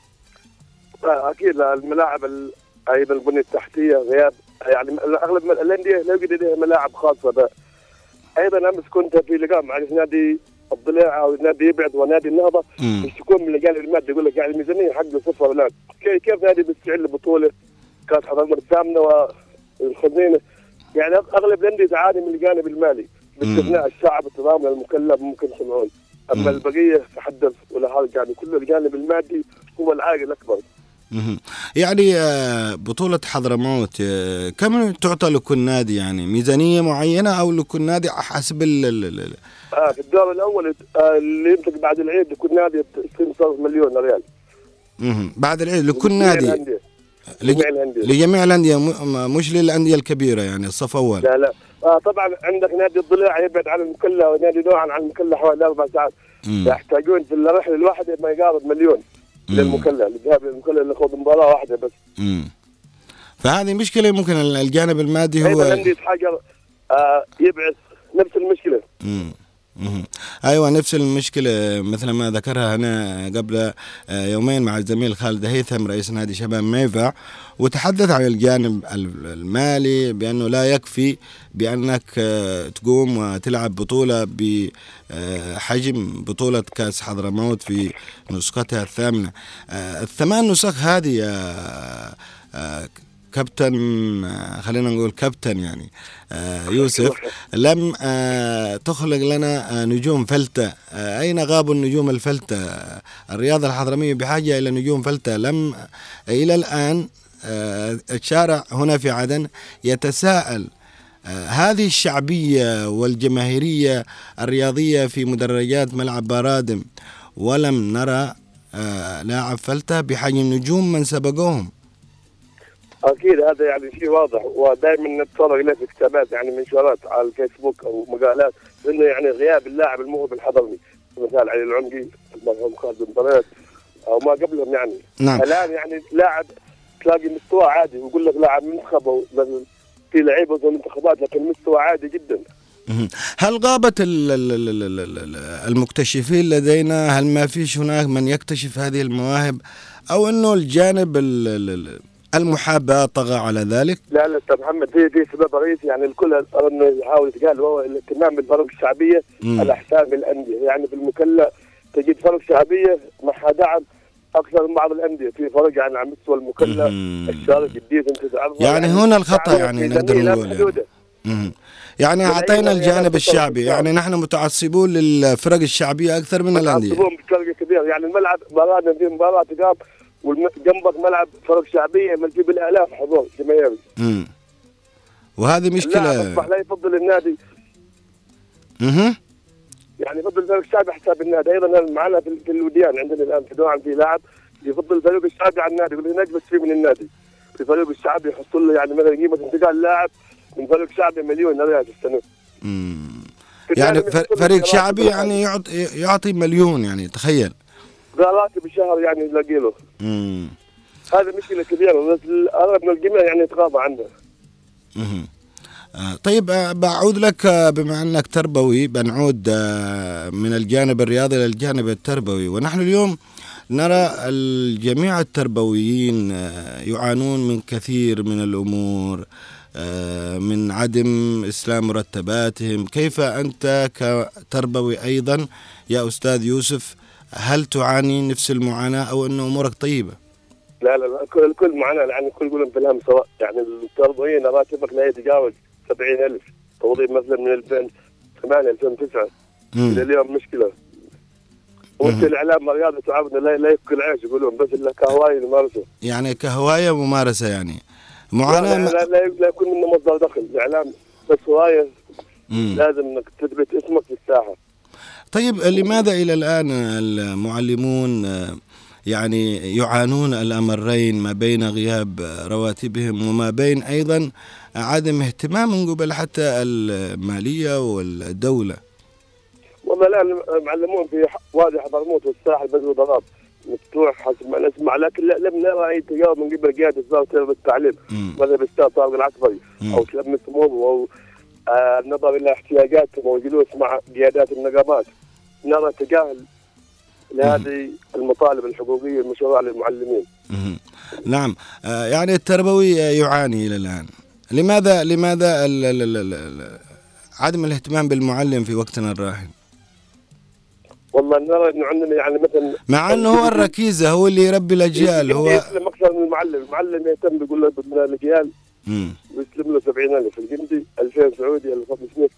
أكيد الملاعب أيضا البنية التحتية غياب، يعني أغلب الأندية لا يوجد لديها ملاعب خاصة بها. أيضا أمس كنت في لقاء مع نادي الضليعة أو نادي يبعد ونادي النهضة يشتكون من الجانب المادي، يقول لك يعني الميزانية حقه صفر الآن. كيف نادي بيستعد لبطولة كأس حضرموت الثامنة والخزينة؟ يعني أغلب الأندية تعاني من الجانب المالي باستثناء الشعب التضامن المكلف ممكن يسمعون، أما البقية تحدث ولا حرج، يعني كل الجانب المادي هو العائق الأكبر. يعني بطولة حضرموت كم تعطى لكل نادي؟ يعني ميزانية معينة أو لكل نادي حسب في الدور الأول اللي ينطق بعد العيد لكل نادي 20 مليون ريال. بعد العيد لكل نادي لجميع الأندية مش للأندية الكبيرة يعني الصف أول؟ لا طبعا عندك نادي الضليعة يبعد عن المكلا ونادي نوعا عن المكلا حوالي 4 ساعات، يحتاجون في الرحلة الواحدة ما يقارب مليون للمكلا، للذهاب للمكلا اللي يخوض مباراة واحدة بس. فهذه مشكلة. ممكن الجانب المادي هو أيضا عندي حاجة يبعث نفس المشكلة. أيوة نفس المشكلة مثل ما ذكرها أنا قبل يومين مع الزميل خالد هيثم رئيس نادي شباب ميفا، وتحدث عن الجانب المالي بأنه لا يكفي بأنك تقوم وتلعب بطولة بحجم بطولة كأس حضرموت في نسختها 8. 8 نسخ هذه كابتن، خلينا نقول كابتن يعني يوسف، لم تخلق لنا نجوم فلتة. أين غابوا النجوم الفلتة؟ الرياضة الحضرمية بحاجة إلى نجوم فلتة. لم إلى الآن الشارع هنا في عدن يتساءل هذه الشعبية والجماهيرية الرياضية في مدرجات ملعب برادم، ولم نرى لاعب فلتة بحجم نجوم من سبقوهم. أكيد هذا يعني شيء واضح، ودائما نتفرج إليه في كتابات يعني منشورات على الفيسبوك أو مقالات، إنه يعني غياب اللاعب الموهوب الحضرمي، مثال علي العنقي، المرحوم خالد بن طريد أو ما قبلهم يعني. نعم. الآن يعني لاعب تلاقي مستوى عادي، ويقول لك لاعب منتخب في لعيبة ومنتخبات لكن مستوى عادي جدا. هل غابت المكتشفين لدينا؟ هل ما فيش هناك من يكتشف هذه المواهب، أو أنه الجانب المحاباة طغى على ذلك؟ لا لا أستاذ محمد، في سبب رئيسي يعني الكل انه يحاول يتقال، وهو الاهتمام بالفرق الشعبيه على حساب الانديه. يعني في المكلا تجد فرق شعبيه معها دعم اكثر من بعض الانديه، في فرق يعني على مستوى المكلا الشارك الديز انت تعرف يعني هنا الخطأ، يعني نقدر نقول يعني أعطينا الجانب الشعبي، يعني نحن متعصبون للفرق الشعبية أكثر من الأندية. متعصبون بفرق كبير، يعني الملعب مباراة في مباراة تقام وجنبك ملعب فرق شعبية ملتي بالآلاف حضور جماهيري. وهذه مشكلة. لا أصبح لا يفضل النادي. يعني يفضل الفريق الشعبي حساب النادي. أيضا معنا في الوديان عندنا الآن في دوعا في لاعب يفضل الفريق الشعبي على النادي، يقول نجبس فيه من النادي. في الفريق الشعبي يحصل له يعني مثلا قيمة انتقال لاعب من فريق شعبي مليون ريال في السنة. يعني فريق شعبي يعني يعطي مليون، يعني تخيل. راتب بالشهر يعني يلاقي له. هذا مشكلة كبيرة، بس أغلب من الجميع يعني يتغاضى عنها. طيب بعود لك، بما أنك تربوي بنعود من الجانب الرياضي إلى الجانب التربوي. ونحن اليوم نرى الجميع التربويين يعانون من كثير من الأمور، من عدم إسلام مرتباتهم. كيف أنت كتربوي أيضا يا أستاذ يوسف، هل تعاني نفس المعاناة أو أن أمورك طيبة؟ لا الكل معنا، يعني الكل يقولون بالهم سواء. يعني التربويين راتبك لا يتجاوز 70,000 توظيف مثلا من 2008 2009 إلى اليوم مشكلة. وانت الإعلام رياضي تعبنا لا يفك العيش يقولون، بس إلا كهواية ممارسة. يعني كهواية ممارسة، يعني معاناة. لا يكون منه مصدر دخل. الإعلام بس هواية، لازم انك تثبت اسمك في الساحة. طيب لماذا إلى الآن المعلمون يعني يعانون الأمرين، ما بين غياب رواتبهم وما بين أيضا عدم اهتمام من قبل حتى المالية والدولة؟ والله الآن المعلمون في وادي حضرموت والساحل بدو ضراب مفتوح حسب ما نسمع، لكن لم نرى أي تجاوب من قبل قيادة وزارة التعليم مثلا بالأستاذ طارق العصفري أو تلمس همومهم أو النظر إلى احتياجاتهم والجلوس مع قيادات النقابات. نرى تجاهل لهذه المطالب الحقوقية المشروعة للمعلمين. نعم، يعني التربوي يعاني إلى الآن. لماذا عدم الاهتمام بالمعلم في وقتنا الراهن؟ والله نرى انه عندنا يعني مثلا مع انه هو الركيزه، هو اللي يربي الاجيال، هو يسلم اكثر من المعلم يهتم بيقول له بدنا الاجيال ويسلم له 70,000 الجندي 2000 سعودي 1500.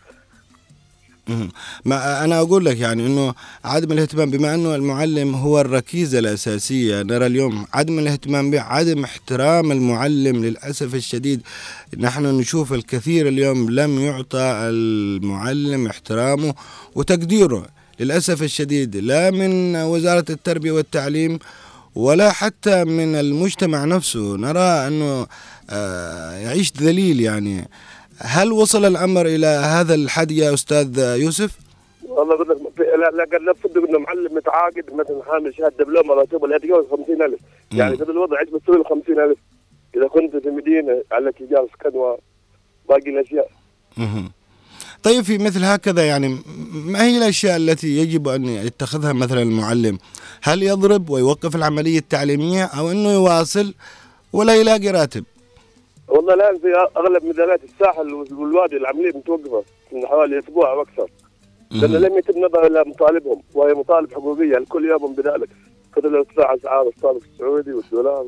ما أنا أقول لك يعني أنه عدم الاهتمام، بما أنه المعلم هو الركيزة الأساسية، نرى اليوم عدم الاهتمام به، عدم احترام المعلم للأسف الشديد. نحن نشوف الكثير اليوم لم يعطى المعلم احترامه وتقديره للأسف الشديد، لا من وزارة التربية والتعليم ولا حتى من المجتمع نفسه. نرى أنه يعيش ذليل. يعني هل وصل الأمر إلى هذا الحد يا أستاذ يوسف؟ والله أقول لك لا قد نفسد إنه معلم متعاقد مثلا حامل شهادة دبلوم راتبه لا يتجاوز 50,000. يعني هذا الوضع ايش بتسوي ال 50,000 إذا كنت في مدينة على إيجار سكن وباقي الأشياء. طيب في مثل هكذا يعني ما هي الأشياء التي يجب أن يتخذها مثلا المعلم؟ هل يضرب ويوقف العملية التعليمية أو أنه يواصل ولا يلاقي راتب؟ والله الآن في أغلب ميدانات الساحل والوادي العملية متوقفة من حوالي أسبوع أو أكثر، لأن لم يتم نظر إلى مطالبهم، وهي مطالب حقوقية الكل يؤمن بذلك، مثل ارتفاع أسعار الصرف السعودي والدولار.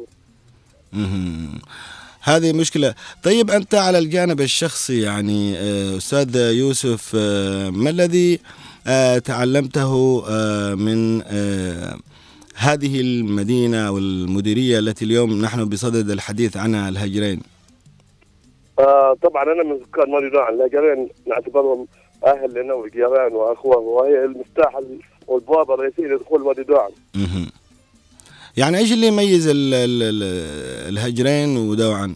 هذه مشكلة. طيب أنت على الجانب الشخصي يعني أستاذ يوسف، ما الذي تعلمته من هذه المدينة أو المديرية التي اليوم نحن بصدد الحديث عنها، الهجرين؟ طبعا أنا من سكان وادي دوعن. الهجرين نعتبرهم أهل لنا وجيران وأخوة، وهي المفتاح والبوابة الرئيسية لدخول وادي دوعن. يعني إيش اللي يميز الهجرين ودوعن؟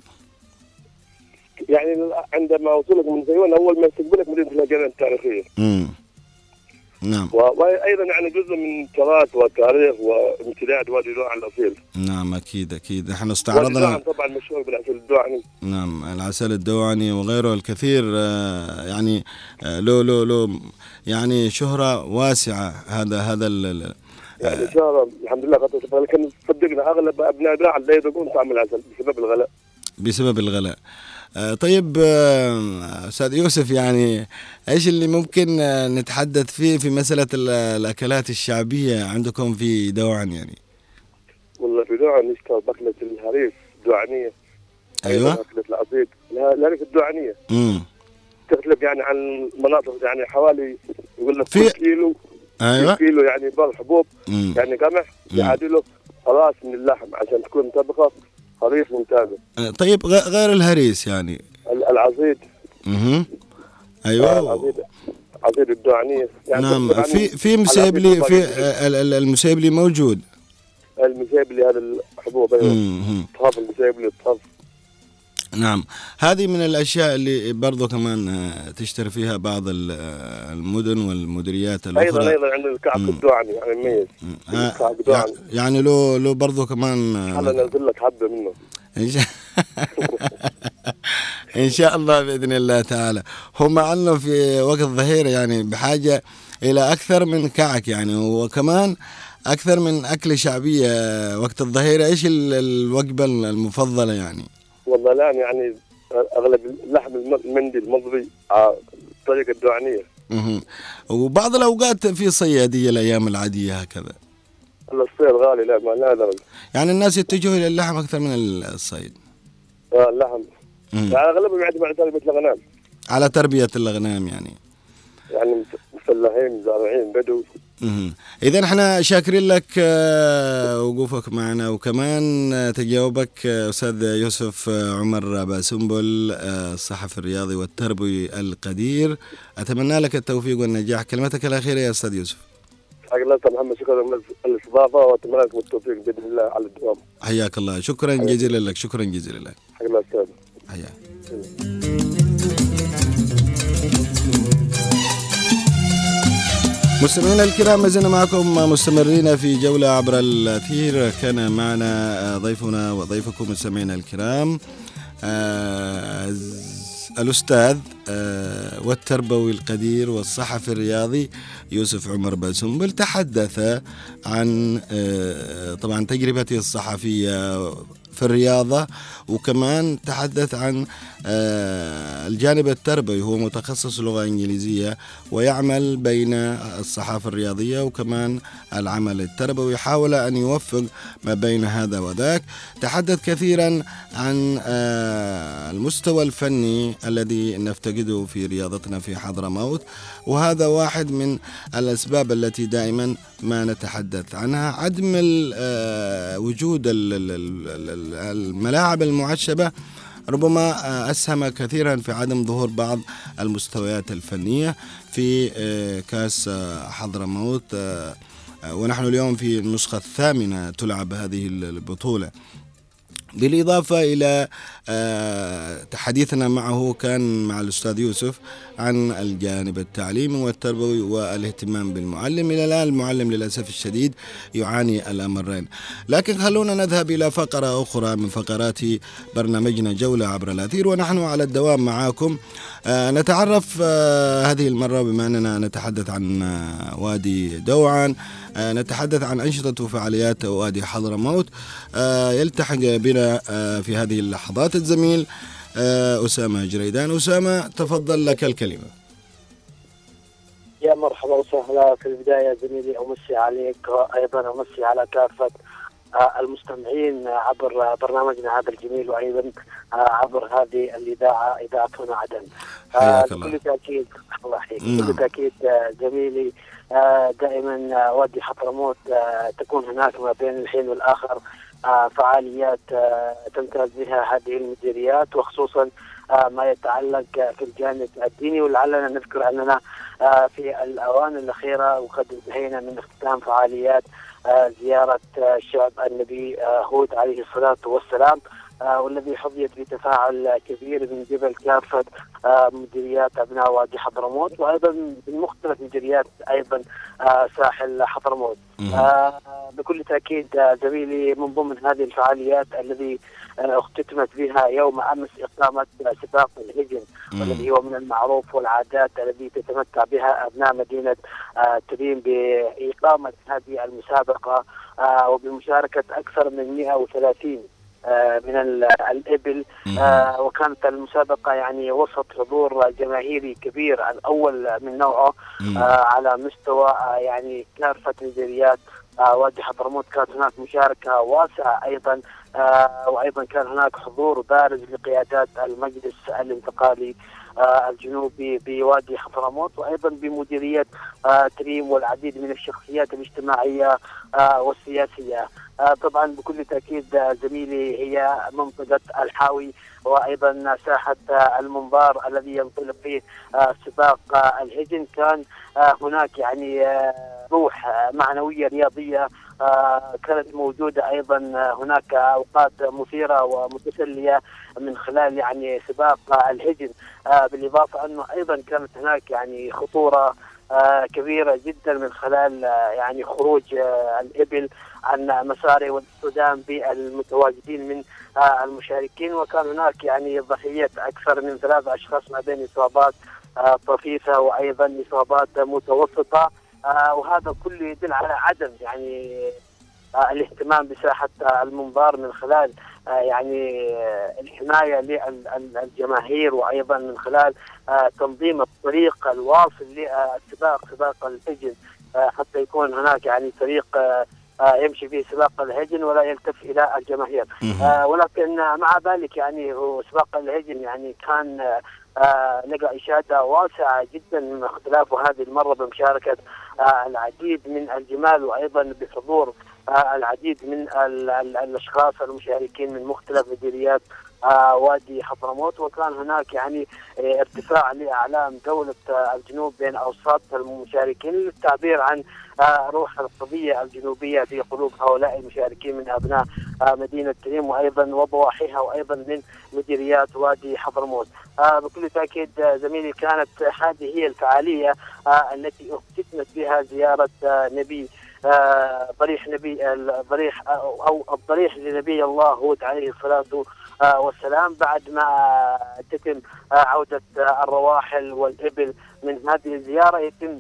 يعني عندما وصولك من زيون أول ما يستقبلك مدينة الهجرين التاريخية. نعم وأيضا يعني جزء من تراث وتاريخ وامتداد وادي دوعن الأصيل. نعم أكيد احنا وادي استعرضنا. دوعن طبعا مشهور بالعسل الدوعني. نعم العسل الدواني وغيره الكثير، يعني له يعني شهرة واسعة. هذا يعني شهرة الحمد لله قد تفضل، لكن صدقنا أغلب أبناء دوعن لا يذوقون طعم العسل بسبب الغلاء. طيب أستاذ يوسف، يعني إيش اللي ممكن نتحدث فيه في مسألة الأكلات الشعبية عندكم في دوعن يعني؟ والله في دوعن نشتغل بأكلة الهريس الدوعنية. أيوة أكلة العصيد الهريس الدوعنية. تختلف يعني عن مناطق، يعني حوالي يقول لك في كيلو. أيوة كيلو يعني بر حبوب يعني قمح يعادله راس من اللحم عشان تكون طبخة خريف ممتازة. طيب غير الهريس يعني العصيد. أيوة عصيد الدوعنية يعني. نعم في مسيبلي، في المسيبلي موجود. المسيبلي هذا الحبوب. أيوة طاف المسيبلي الطاف. نعم هذه من الأشياء اللي برضو كمان تشتري فيها بعض المدن والمديريات الأخرى. أيضا عند الكعك الدوعني يعني مميز. الكعك الدوعني يعني له برضو كمان. أنا ننزل لك حبة منه إن شاء الله بإذن الله تعالى. هم عنه في وقت الظهيرة يعني بحاجة إلى أكثر من كعك يعني، وكمان أكثر من أكل شعبية وقت الظهيرة. إيش الوجبة المفضلة يعني؟ والله الآن يعني أغلب اللحم المندي المضبي طريقة الدوعنية. وبعض الأوقات في صيادية الأيام العادية هكذا. الصيد غالي، لا ما لا درجة. يعني الناس يتجهوا إلى اللحم أكثر من الصيد. اللحم. يعني أغلبهم يعتمد على تربية الأغنام. على تربية الأغنام يعني فلاحين زارعين بدو. إذا احنا شاكرين لك وقوفك معنا، وكمان تجاوبك أستاذ يوسف عمر باسنبل، الصحفي الرياضي والتربوي القدير. أتمنى لك التوفيق والنجاح. كلمتك الأخيرة يا أستاذ يوسف. حقيقة محمد شكرا من الاستضافة، وأتمنى لكم التوفيق بإذن الله على الدوام. حياك الله. شكرا جزيلا لك. شكرا جزيلا لك. حياك الله أستاذ. حياك. مستمعينا الكرام، ما زلنا معكم مستمرين في جولة عبر الأثير. كان معنا ضيفنا وضيفكم مستمعينا الكرام الأستاذ والتربوي القدير والصحفي الرياضي يوسف عمر باسنبل. تحدث عن طبعا تجربته الصحفية في الرياضة، وكمان تحدث عن الجانب التربوي. هو متخصص لغة إنجليزية ويعمل بين الصحافة الرياضية وكمان العمل التربوي، حاول أن يوفق ما بين هذا وذاك. تحدث كثيرا عن المستوى الفني الذي نفتقده في رياضتنا في حضرموت، وهذا واحد من الأسباب التي دائما ما نتحدث عنها، عدم وجود الملاعب المعشبة ربما أسهم كثيرا في عدم ظهور بعض المستويات الفنية في كأس حضرموت، ونحن اليوم في النسخة 8 تلعب هذه البطولة. بالإضافة إلى حديثنا معه كان مع الأستاذ يوسف عن الجانب التعليمي والتربوي والاهتمام بالمعلم. إلى الآن المعلم للأسف الشديد يعاني الأمرين. لكن خلونا نذهب إلى فقرة أخرى من فقرات برنامجنا جولة عبر الأثير، ونحن على الدوام معاكم. نتعرف هذه المرة بما أننا نتحدث عن وادي دوعن، نتحدث عن أنشطة وفعاليات وادي حضرموت. يلتحق بنا في هذه اللحظات الزميل أسامة جريدان. أسامة تفضل لك الكلمة. يا مرحبا وسهلا. في البداية زميلي أمسي عليك، وأيضا أمسي على كافة المستمعين عبر برنامجنا هذا الجميل، وأيضا عبر هذه الإذاعة، إذاعة هنا عدن. بكل تأكيد الله يحييك. بكل تأكيد زميلي دائما وادي حضرموت تكون هناك ما بين الحين والآخر فعاليات تمتاز بها هذه المديريات، وخصوصا ما يتعلق في الجانب الديني. ولعلنا نذكر أننا في الأوان الأخيرة وقد انتهينا من اختتام فعاليات زيارة شعب النبي هود عليه الصلاة والسلام والذي حظيت بتفاعل كبير من قبل كافة مديريات أبناء وادي حضرموت، وأيضا من مختلف مديريات أيضا ساحل حضرموت. بكل تأكيد زميلي من ضمن هذه الفعاليات الذي اختتمت بها يوم أمس إقامة سباق الهجن، والذي هو من المعروف والعادات الذي تتمتع بها أبناء مدينة تريم بإقامة هذه المسابقة وبمشاركة أكثر من 130 من الإبل. وكانت المسابقة يعني وسط حضور جماهيري كبير، الأول من نوعه على مستوى يعني كافة مديريات وادي حضرموت. كانت هناك مشاركة واسعة أيضا، وأيضا كان هناك حضور بارز لقيادات المجلس الانتقالي الجنوبي بوادي حضرموت، وأيضا بمديرية تريم، والعديد من الشخصيات الاجتماعية والسياسية. طبعا بكل تأكيد زميلي هي منطقة الحاوي، وأيضا ساحة المنظار الذي ينطلق فيه سباق الهجن. كان هناك يعني روح معنوية رياضية كانت موجودة، أيضا هناك أوقات مثيرة ومتسلية من خلال يعني سباق الهجن، بالإضافة أنه أيضا كانت هناك يعني خطورة كبيرة جدا من خلال يعني خروج الإبل عن مساره والاصطدام بالمتواجدين من المشاركين. وكان هناك يعني ضحية أكثر من 3 أشخاص ما بين إصابات طفيفة وأيضا إصابات متوسطة، وهذا كله يدل على عدم يعني الاهتمام بساحة المنظار من خلال يعني الحماية للجماهير، وأيضا من خلال تنظيم الطريق الواصل للسباق سباق الهجن، حتى يكون هناك يعني طريق يمشي فيه سباق الهجن ولا يلتف إلى الجماهير. ولكن مع ذلك يعني هو سباق الهجن يعني كان لقى إشادة واسعة جدا من اختلافه هذه المرة بمشاركة العديد من الجمال، وأيضا بحضور العديد من الأشخاص المشاركين من مختلف مديريات وادي حضرموت. وكان هناك يعني ارتفاع لأعلام دولة الجنوب بين أوساط المشاركين للتعبير عن روح القضية الجنوبية في قلوب هؤلاء المشاركين من أبناء مدينة تريم، وأيضا وضواحيها، وأيضا من مديريات وادي حضرموت. بكل تأكيد زميلي كانت هذه هي الفعالية التي اختتمت بها زيارة نبي ضريح نبي الضريح أو الضريح لنبي الله هود عليه الصلاة والسلام، بعد ما تتم عودة الرواحل والإبل من هذه الزيارة. يتم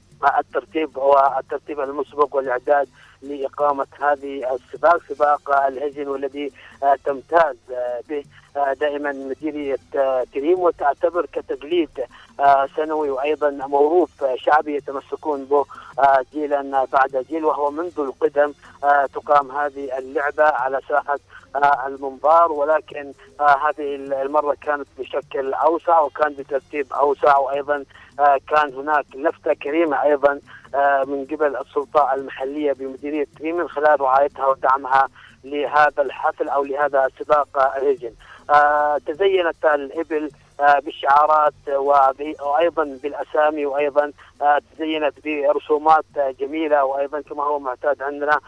الترتيب المسبق والإعداد لإقامة هذه السباق سباق الهجن، والذي تمتاز به دائما مديرية تريم، وتعتبر كتقليد سنوي وأيضا موروث شعبي يتمسكون به جيلا بعد جيل، وهو منذ القدم تقام هذه اللعبة على ساحة المنظار. ولكن هذه المرة كانت بشكل أوسع وكان بترتيب أوسع، وأيضا كان هناك لفتة كريمة أيضا من قبل السلطة المحلية بمديرية تريم من خلال رعايتها ودعمها لهذا الحفل أو لهذا السباق الهجن. تزينت الإبل بالشعارات وأيضا بالأسامي، وأيضا تزينت برسومات جميلة، وأيضا كما هو معتاد عندنا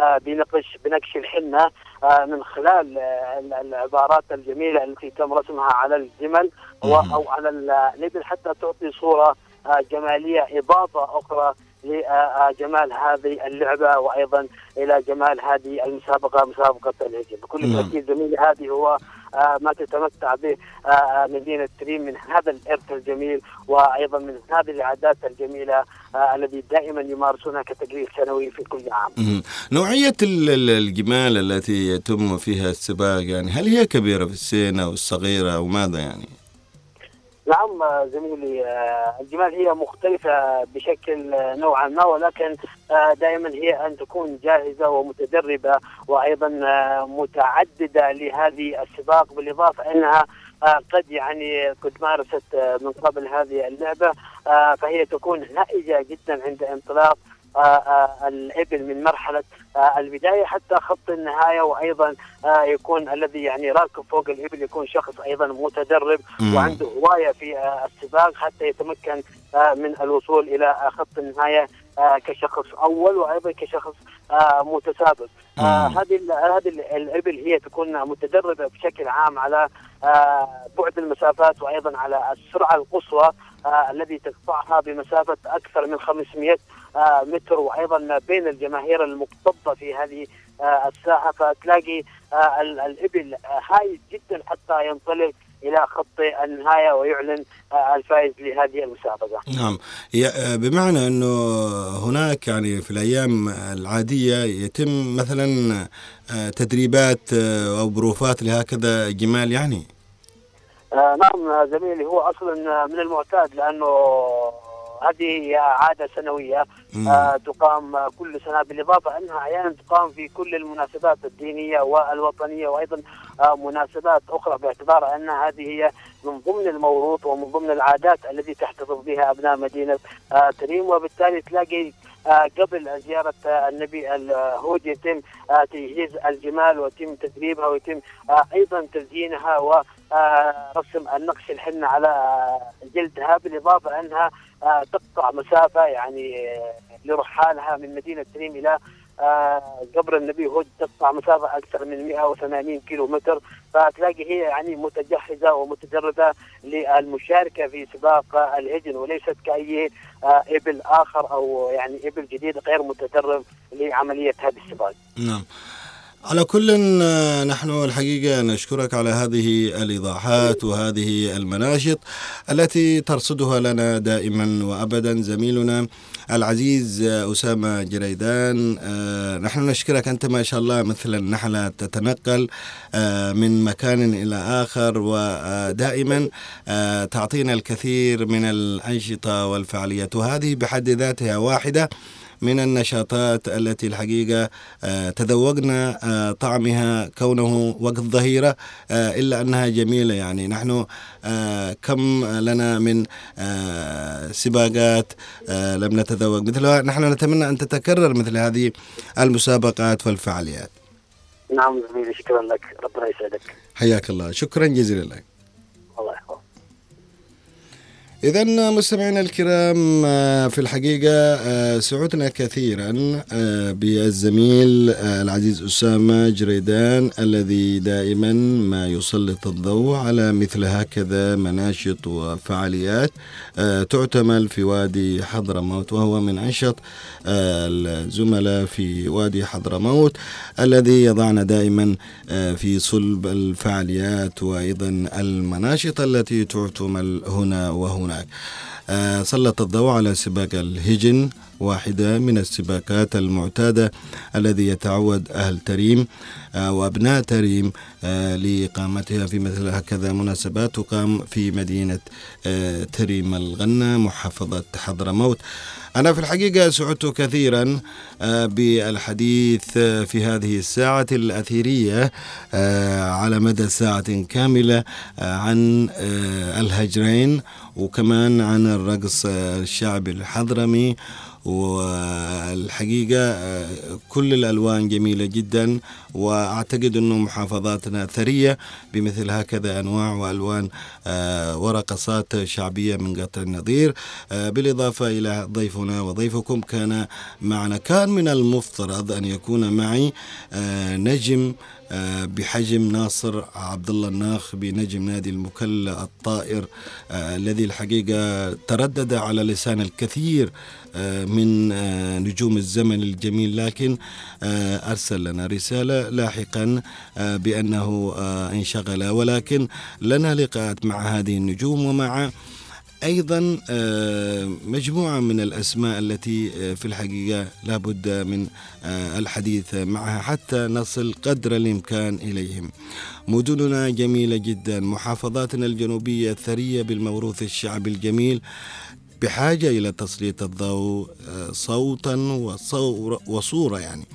بنقش الحنة من خلال العبارات الجميلة التي تم رسمها على الجمل أو على الإبل حتى تعطي صورة جمالية، إضافة أخرى لجمال هذه اللعبة وأيضا إلى جمال هذه المسابقة مسابقة الهجن. بكل تأكيد زميلي هذه هو ما تتمتع به مدينة تريم من هذا الإرث الجميل، وأيضا من هذه العادات الجميلة الذي دائما يمارسونها كتقليد سنوي في كل عام. نوعية الجمال التي يتم فيها السباق يعني هل هي كبيرة في السن أو الصغيرة أو ماذا يعني؟ نعم زميلي، الجمال هي مختلفة بشكل نوعا ما، ولكن دائما هي أن تكون جاهزة ومتدربة وأيضا متعددة لهذه السباق، بالإضافة أنها قد يعني قد مارست من قبل هذه اللعبة، فهي تكون هائجة جدا عند انطلاق الإبل من مرحلة البداية حتى خط النهاية، وأيضا يكون الذي يعني راكب فوق الإبل يكون شخص أيضا متدرب وعنده هواية في السباق حتى يتمكن من الوصول إلى خط النهاية كشخص أول وأيضا كشخص متسابق. هذه الإبل هي تكون متدربة بشكل عام على بعد المسافات وأيضا على السرعة القصوى الذي تقطعها بمسافة أكثر من 500 متر، وأيضا بين الجماهير المكتظة في هذه الساحة، فتلاقي الإبل هاي جدا حتى ينطلق إلى خط النهاية ويعلن الفائز لهذه المسابقة. نعم، بمعنى أنه هناك يعني في الأيام العادية يتم مثلا تدريبات أو بروفات لهكذا جمال يعني. نعم زميلي، هو أصلا من المعتاد لأنه هذه عادة سنوية تقام كل سنة، بالإضافة أنها أحيانا تقام في كل المناسبات الدينية والوطنية وأيضا مناسبات أخرى، باعتبار أن هذه هي من ضمن الموروث ومن ضمن العادات التي تحتفظ بها أبناء مدينة تريم. وبالتالي تلاقي قبل زيارة النبي الهود يتم تجهيز الجمال ويتم تدريبها ويتم أيضا تزيينها ورسم النقش الحنة على جلدها، بالإضافة أنها تقطع مسافة يعني لرحالها من مدينة تريم إلى قبر النبي هود تقطع مسافة أكثر من 180 كيلو متر. فتلاقي هي يعني متجهزة ومتدربة للمشاركة في سباق الهجن، وليست كأي إبل آخر أو يعني إبل جديد غير متدرب لعملية هذا السباق. نعم، على كل نحن الحقيقة نشكرك على هذه الإيضاحات وهذه المناشط التي ترصدها لنا دائما وأبدا زميلنا العزيز أسامة جريدان. نحن نشكرك، أنت ما شاء الله مثل النحلة تتنقل من مكان إلى آخر، ودائما تعطينا الكثير من الأنشطة والفعاليات، وهذه بحد ذاتها واحدة من النشاطات التي الحقيقة تذوقنا طعمها كونه وقت ظهيرة، إلا أنها جميلة. يعني نحن كم لنا من سباقات لم نتذوق مثلها. نحن نتمنى أن تتكرر مثل هذه المسابقات والفعاليات. نعم زميلي، شكرا لك، ربنا يسعدك. حياك الله، شكرا جزيلا لك. الله يحفظك. إذن مستمعينا الكرام، في الحقيقة سعدنا كثيرا بالزميل العزيز أسامة جريدان الذي دائما ما يسلط الضوء على مثل هكذا مناشط وفعاليات تعتمل في وادي حضرموت، وهو من أنشط الزملاء في وادي حضرموت الذي يضعنا دائما في صلب الفعاليات وأيضا المناشط التي تعتمل هنا وهناك. سلط الضوء على سباق الهجن، واحدة من السباقات المعتادة الذي يتعود أهل تريم وأبناء تريم لإقامتها في مثل هكذا مناسبات تقام في مدينة تريم الغنة محافظة حضرموت. أنا في الحقيقة سعدت كثيرا بالحديث في هذه الساعة الأثيرية على مدى ساعة كاملة عن الهجرين، وكمان عن الرقص الشعبي الحضرمي. والحقيقة كل الألوان جميلة جدا، وأعتقد أنه محافظاتنا ثرية بمثل هكذا أنواع وألوان ورقصات شعبية من قطع النظير. بالإضافة إلى ضيفنا وضيفكم كان معنا، كان من المفترض أن يكون معي نجم بحجم ناصر عبد الله الناخ بنجم نادي المكلا الطائر، الذي الحقيقة تردد على لسان الكثير من نجوم الزمن الجميل، لكن أرسل لنا رسالة لاحقا بأنه انشغل، ولكن لنا لقاءات مع هذه النجوم ومع أيضا مجموعة من الأسماء التي في الحقيقة لابد من الحديث معها حتى نصل قدر الإمكان إليهم. مدننا جميلة جدا، محافظاتنا الجنوبية ثرية بالموروث الشعبي الجميل، بحاجة إلى تسليط الضوء صوتا وصورة يعني.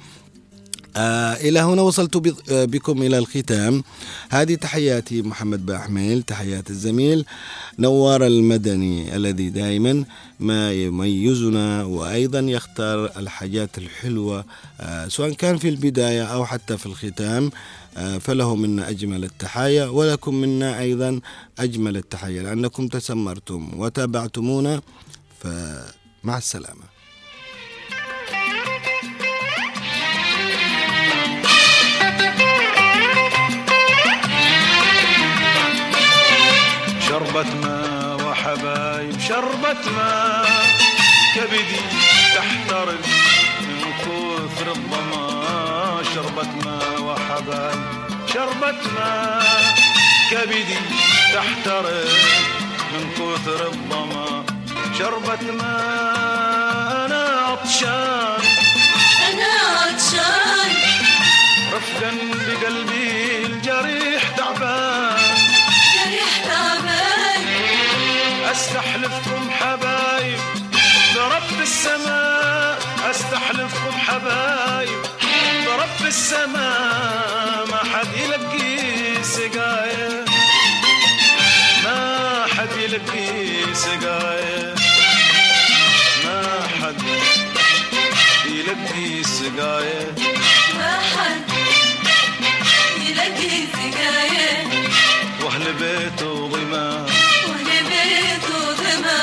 إلى هنا وصلت بكم إلى الختام. هذه تحياتي محمد باحميل، تحيات الزميل نوار المدني الذي دائما ما يميزنا وأيضا يختار الحاجات الحلوة سواء كان في البداية أو حتى في الختام، فله منا أجمل التحايا، ولكم منا أيضا أجمل التحايا لأنكم تسمرتم وتابعتمونا. فمع السلامة. شربت ماء وحبايب شربت ماء كبدي تحترق من كثر الظما شربت ماء وحبايب شربت ماء كبدي تحترق من كثر الظما شربت ماء أنا عطشان أنا عطشان رفقا بقلبي الجريح تعبان جريح تعبان أستحلفكم حبايب برب السماء أستحلفكم حبايب برب السماء ما حد يلقي سقايا ما حد يلقي سقايا ما حد يلقي سقايا ما حد يلاقي سقايا واهل بيته ضما واهل بيته ظما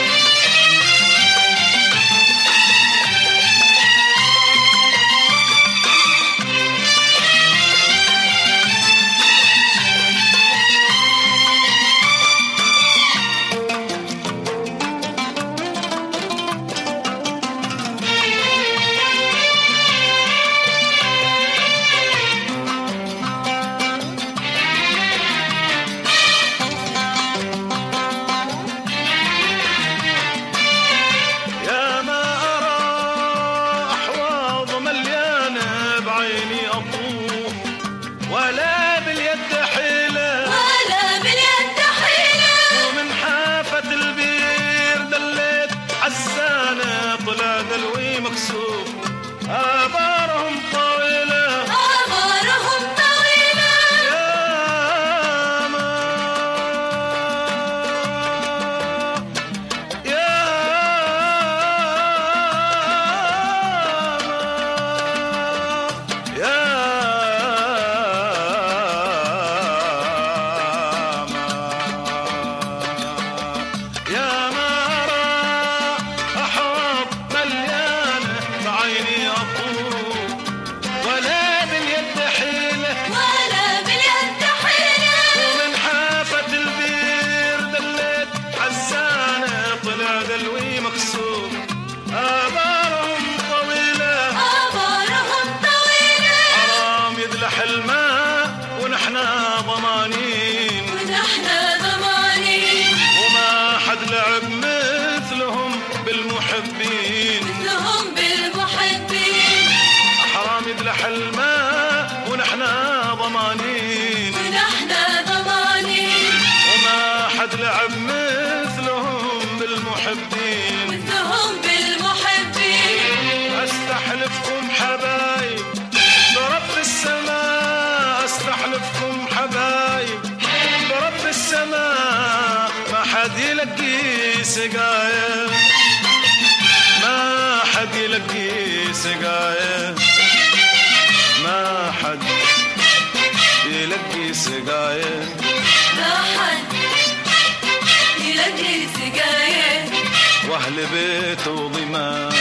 يا ما أرى أحواض مليانة بعيني أطوف ولا باليد حيلة ولا باليد حيلة ومن حافة البير دليت عزانة طلع دلوي مكسوف آبارهم طويلة آمارهم طويلة يا ما يا ما يا ما أرى أحواض مليانة بعيني أطوف ولا باليد حيلة ولا باليد حيلة ومن حافة البير دليت عزانة طلع دلوي مكسوف آبارهم طويلة آمارهم طويلة حرام يدلح الماء ونحنا ضمانين ونحن ضمانين وما حد لعب مثلهم بالمحبين مثلهم بالمحبين حرام يدلح الماء ونحنا ضمانين ونحن ضمانين وما حد لعب مثلهم بالمحبين مثلهم بالمحبين أستحلفكم حبايب برب السماء أستحلفكم حبايب برب السماء ما حد يلقي سقايا ما حد يلقي سقايا ما حد يلقي سقايا ما حد يلاقي سقايا واهل بيته ضما